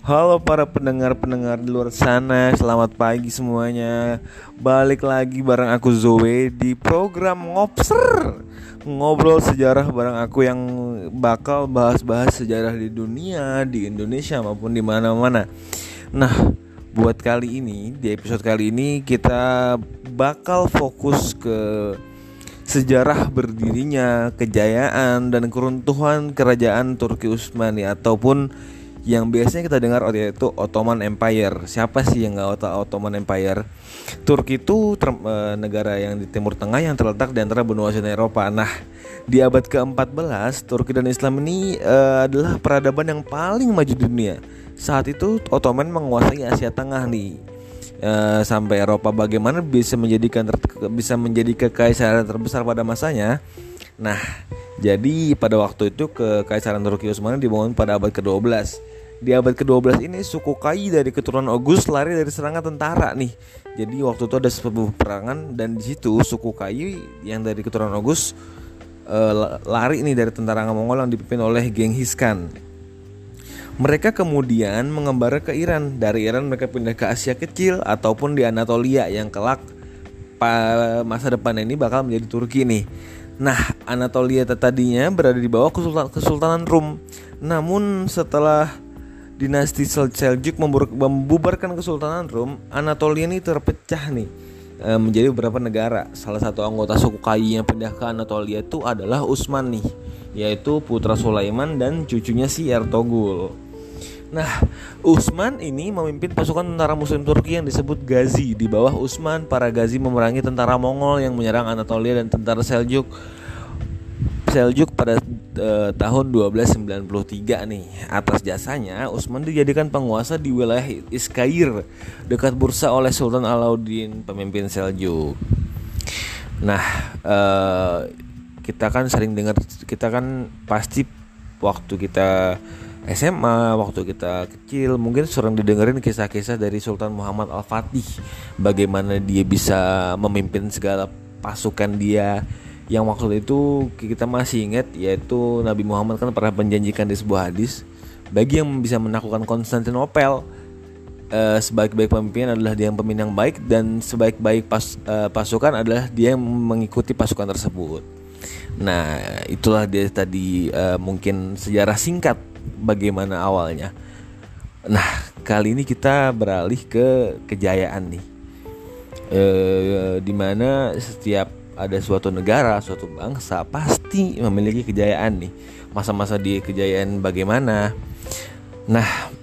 Halo para pendengar-pendengar di luar sana, selamat pagi semuanya. Balik lagi bareng aku Zoe di program Ngopser, ngobrol sejarah bareng aku yang bakal bahas-bahas sejarah di dunia, di Indonesia maupun di mana-mana. Nah, buat kali ini, di episode kali ini kita bakal fokus ke sejarah berdirinya, kejayaan dan keruntuhan kerajaan Turki Utsmani ataupun yang biasanya kita dengar yaitu Ottoman Empire. Siapa sih yang nggak tahu Ottoman Empire? Turki itu negara yang di Timur Tengah yang terletak di antara benua Asia dan Eropa. Nah, di abad ke-14 Turki dan Islam ini adalah peradaban yang paling maju di dunia. Saat itu Ottoman menguasai Asia Tengah nih, sampai Eropa. Bagaimana bisa menjadi kekaisaran terbesar pada masanya? Nah, jadi pada waktu itu kekaisaran Turki Utsmani dibangun pada abad ke-12. Di abad ke-12 ini suku Kai dari keturunan Oghuz lari dari serangan tentara nih. Jadi waktu itu ada sebuah peperangan dan di situ suku Kai yang dari keturunan Oghuz lari nih dari tentara Mongol yang dipimpin oleh Genghis Khan. Mereka kemudian mengembara ke Iran. Dari Iran mereka pindah ke Asia Kecil ataupun di Anatolia yang kelak masa depan ini bakal menjadi Turki nih. Nah, Anatolia tadinya berada di bawah Kesultanan Rum. Namun setelah dinasti Seljuk membubarkan Kesultanan Rum, Anatolia ini terpecah nih menjadi beberapa negara. Salah satu anggota suku Kai yang pindah ke Anatolia itu adalah Utsman nih, yaitu putra Sulaiman dan cucunya si Ertogul. Nah, Utsman ini memimpin pasukan tentara muslim Turki yang disebut Ghazi. Di bawah Utsman, para Ghazi memerangi tentara Mongol yang menyerang Anatolia dan tentara Seljuk pada tahun 1293 nih. Atas jasanya, Utsman dijadikan penguasa di wilayah Iskair dekat Bursa oleh Sultan Alauddin, pemimpin Seljuk. Nah, kita kan pasti waktu kita SMA, waktu kita kecil mungkin sering didengerin kisah-kisah dari Sultan Muhammad Al-Fatih, bagaimana dia bisa memimpin segala pasukan dia. Yang waktu itu kita masih ingat, yaitu Nabi Muhammad kan pernah menjanjikan di sebuah hadis, bagi yang bisa menaklukkan Konstantinopel, sebaik-baik pemimpin adalah dia yang pemimpin yang baik, dan sebaik-baik pasukan adalah dia yang mengikuti pasukan tersebut. Nah, itulah dia tadi mungkin sejarah singkat bagaimana awalnya. Nah, kali ini kita beralih ke kejayaan nih, dimana setiap ada suatu negara, suatu bangsa pasti memiliki kejayaan nih. Masa-masa di kejayaan bagaimana? Nah,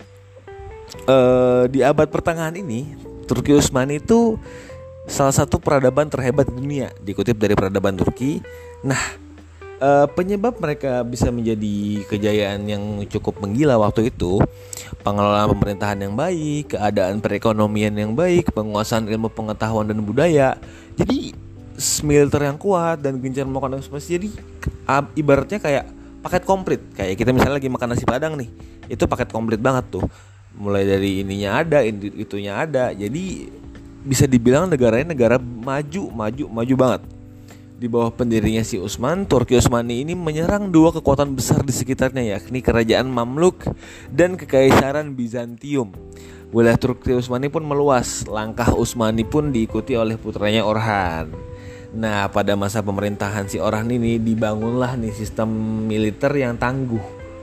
di abad pertengahan ini Turki Utsmani itu salah satu peradaban terhebat di dunia, dikutip dari Peradaban Turki. Nah, penyebab mereka bisa menjadi kejayaan yang cukup menggila waktu itu, pengelolaan pemerintahan yang baik, keadaan perekonomian yang baik, penguasaan ilmu pengetahuan dan budaya. Jadi militer yang kuat dan gencar melakukan ekspansi. Jadi ibaratnya kayak paket komplit. Kayak kita misalnya lagi makan nasi padang nih, itu paket komplit banget tuh. Mulai dari ininya ada, itunya ada. Jadi bisa dibilang negaranya negara maju banget. Di bawah pendirinya si Utsman, Turki Utsmani ini menyerang dua kekuatan besar di sekitarnya, yakni kerajaan Mamluk dan kekaisaran Bizantium. Wilayah Turki Utsmani pun meluas. Langkah Utsmani pun diikuti oleh putranya Orhan. Nah, pada masa pemerintahan si Orhan ini dibangunlah nih sistem militer yang tangguh.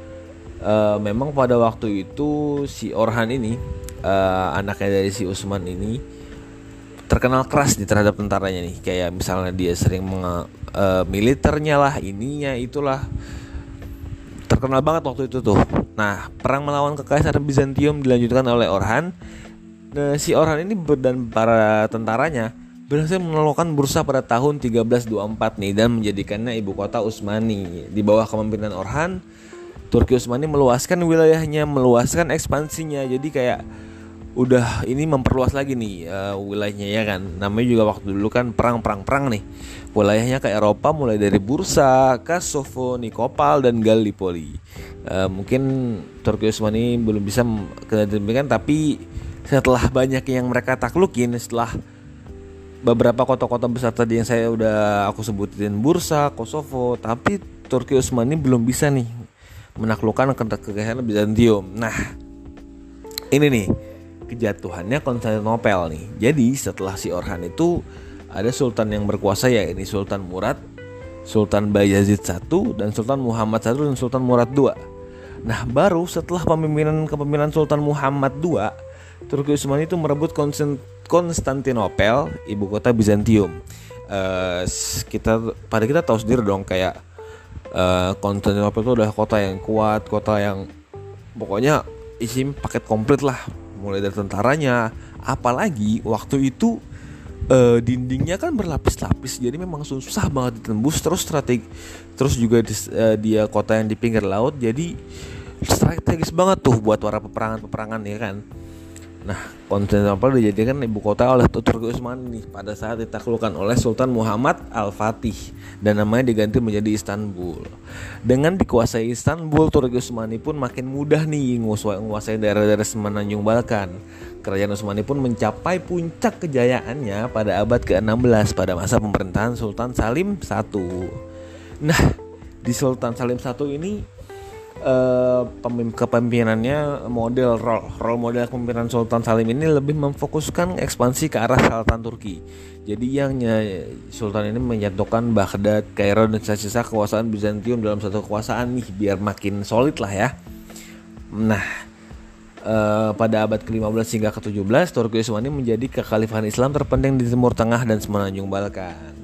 Memang pada waktu itu si Orhan ini, anaknya dari si Utsman ini, terkenal keras di terhadap tentaranya nih. Kayak misalnya dia sering militernya lah, ininya itulah, terkenal banget waktu itu tuh. Nah, perang melawan kekaisaran Bizantium dilanjutkan oleh Orhan. Si Orhan ini dan para tentaranya berhasil menaklukkan Bursa pada tahun 1324 nih dan menjadikannya ibu kota Utsmani. Di bawah kepemimpinan Orhan, Turki Utsmani meluaskan wilayahnya, meluaskan ekspansinya. Jadi kayak udah ini memperluas lagi nih wilayahnya, ya kan. Namanya juga waktu dulu kan perang nih. Wilayahnya ke Eropa mulai dari Bursa, Kosovo, Nikopal dan Gallipoli. Mungkin Turki Utsmani belum bisa kedemikian, tapi setelah banyak yang mereka taklukin, setelah beberapa kota-kota besar tadi yang aku sebutin, Bursa, Kosovo, tapi Turki Utsmani belum bisa nih menaklukkan kekaisaran Bizantium. Nah, ini nih kejatuhannya Konstantinopel nih. Jadi setelah si Orhan itu ada sultan yang berkuasa, ya ini Sultan Murad, Sultan Bayazid I, dan Sultan Muhammad I dan Sultan Murad II. Nah, baru setelah kepemimpinan Sultan Muhammad II, Turki Utsmani itu merebut Konstantinopel, ibu kota Bizantium. Kita tahu sendiri dong, kayak Konstantinopel itu adalah kota yang kuat, kota yang pokoknya isi paket komplit lah, mulai dari tentaranya, apalagi waktu itu dindingnya kan berlapis-lapis, jadi memang susah banget ditembus. Terus juga dia kota yang di pinggir laut, jadi strategis banget tuh buat para peperangan ya kan. Nah, Konstantinopel dijadikan ibu kota oleh Turki Utsmani nih pada saat ditaklukkan oleh Sultan Muhammad Al-Fatih dan namanya diganti menjadi Istanbul. Dengan dikuasai Istanbul, Turki Utsmani pun makin mudah nih menguasai daerah-daerah semenanjung Balkan. Kerajaan Utsmani pun mencapai puncak kejayaannya pada abad ke-16 pada masa pemerintahan Sultan Salim I. Nah, di Sultan Salim I ini kepemimpinannya role model kepemimpinan Sultan Salim ini lebih memfokuskan ekspansi ke arah selatan Turki. Jadi Sultan ini menyatukan Baghdad, Kairo dan sisa-sisa kekuasaan Bizantium dalam satu kekuasaan nih, biar makin solid lah ya. Nah, pada abad ke-15 hingga ke-17 Turki Utsmani menjadi kekhalifahan Islam terpenting di Timur Tengah dan semenanjung Balkan.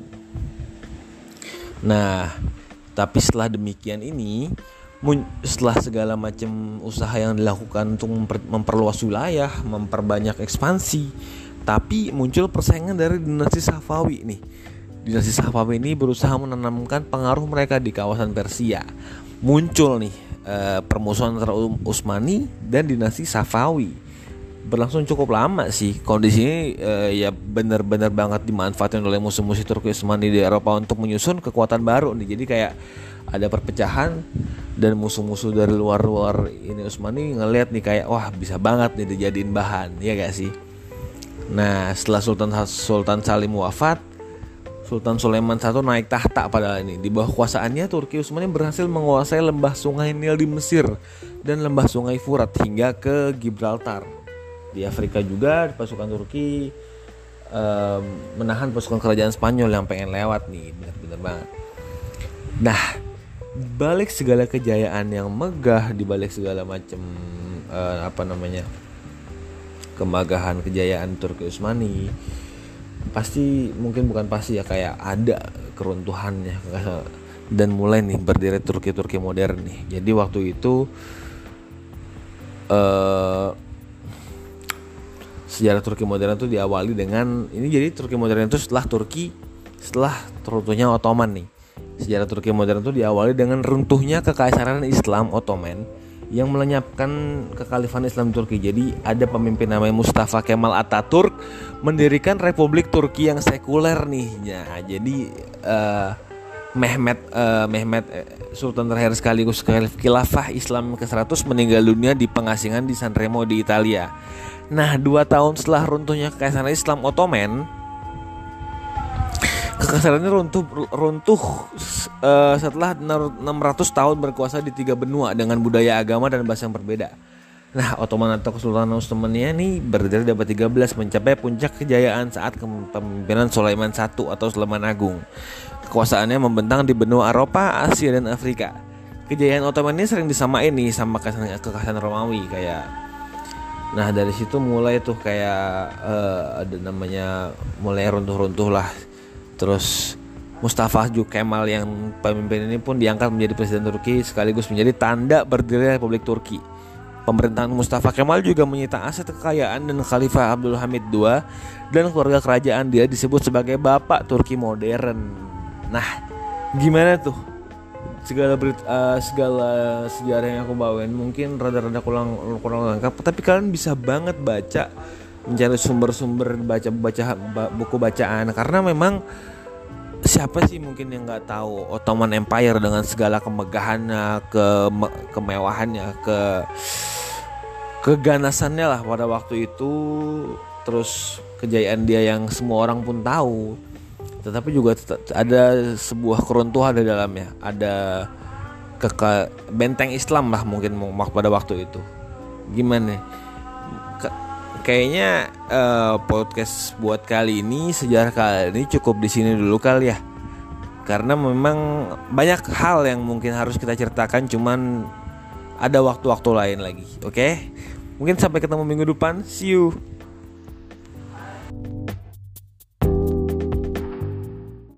Nah, tapi setelah demikian ini, setelah segala macam usaha yang dilakukan untuk memperluas wilayah, memperbanyak ekspansi, tapi muncul persaingan dari dinasti Safawi nih. Dinasti Safawi ini berusaha menanamkan pengaruh mereka di kawasan Persia. Muncul nih permusuhan antara Utsmani dan dinasti Safawi. Berlangsung cukup lama sih. Kondisi ini ya benar-benar banget dimanfaatkan oleh musuh-musuh Turki Utsmani di Eropa untuk menyusun kekuatan baru nih. Jadi kayak ada perpecahan dan musuh-musuh dari luar ini Utsmani ngelihat nih kayak wah bisa banget nih dijadiin bahan, ya gak sih? Nah, setelah Sultan Salim wafat, Sultan Sulaiman I naik tahta pada ini. Di bawah kuasaannya Turki Utsmani berhasil menguasai lembah sungai Nil di Mesir dan lembah sungai Furat hingga ke Gibraltar. Di Afrika juga pasukan Turki menahan pasukan kerajaan Spanyol yang pengen lewat nih, benar-benar banget. Nah, balik segala kejayaan yang megah, di balik segala macam kemegahan kejayaan Turki Utsmani, pasti mungkin bukan pasti ya, kayak ada keruntuhannya dan mulai nih berdiri Turki modern nih. Jadi waktu itu sejarah Turki modern itu diawali dengan ini. Jadi Turki modern itu setelah runtuhnya Ottoman nih. Sejarah Turki modern itu diawali dengan runtuhnya kekaisaran Islam Ottoman yang melenyapkan kekhalifahan Islam Turki. Jadi ada pemimpin namanya Mustafa Kemal Atatürk mendirikan Republik Turki yang sekuler nih. Nah, jadi Mehmet Sultan terakhir sekaligus khilafah Islam ke-100 meninggal dunia di pengasingan di Sanremo di Italia. Nah, 2 tahun setelah runtuhnya kekaisaran Islam Ottoman, kekaisaran ini runtuh setelah 600 tahun berkuasa di 3 benua dengan budaya, agama dan bahasa yang berbeda. Nah, Ottoman atau Kesultanan Utsmaniyah ini berdiri di abad 13 mencapai puncak kejayaan saat kepemimpinan Sulaiman I atau Sulaiman Agung. Kekuasaannya membentang di benua Eropa, Asia dan Afrika. Kejayaan Ottoman ini sering disamain nih sama kekaisaran Romawi kayak. Nah, dari situ mulai tuh kayak ada namanya mulai runtuh lah. Terus Mustafa Kemal yang pemimpin ini pun diangkat menjadi presiden Turki sekaligus menjadi tanda berdiri Republik Turki. Pemerintahan Mustafa Kemal juga menyita aset kekayaan dan Khalifah Abdul Hamid II dan keluarga kerajaan dia disebut sebagai Bapak Turki modern. Nah, gimana tuh segala sejarah yang aku bawain mungkin rada-rada kurang lengkap, tapi kalian bisa banget mencari sumber-sumber, baca buku bacaan, karena memang siapa sih mungkin yang nggak tahu Ottoman Empire dengan segala kemegahannya, kemewahannya, keganasannya lah pada waktu itu, terus kejayaan dia yang semua orang pun tahu. Tetapi juga ada sebuah keruntuhan di dalamnya, ada benteng Islam lah mungkin pada waktu itu. Gimana? Kayaknya podcast buat kali ini, sejarah kali ini cukup di sini dulu kali ya. Karena memang banyak hal yang mungkin harus kita ceritakan, cuman ada waktu-waktu lain lagi. Oke? Mungkin sampai ketemu minggu depan. See you.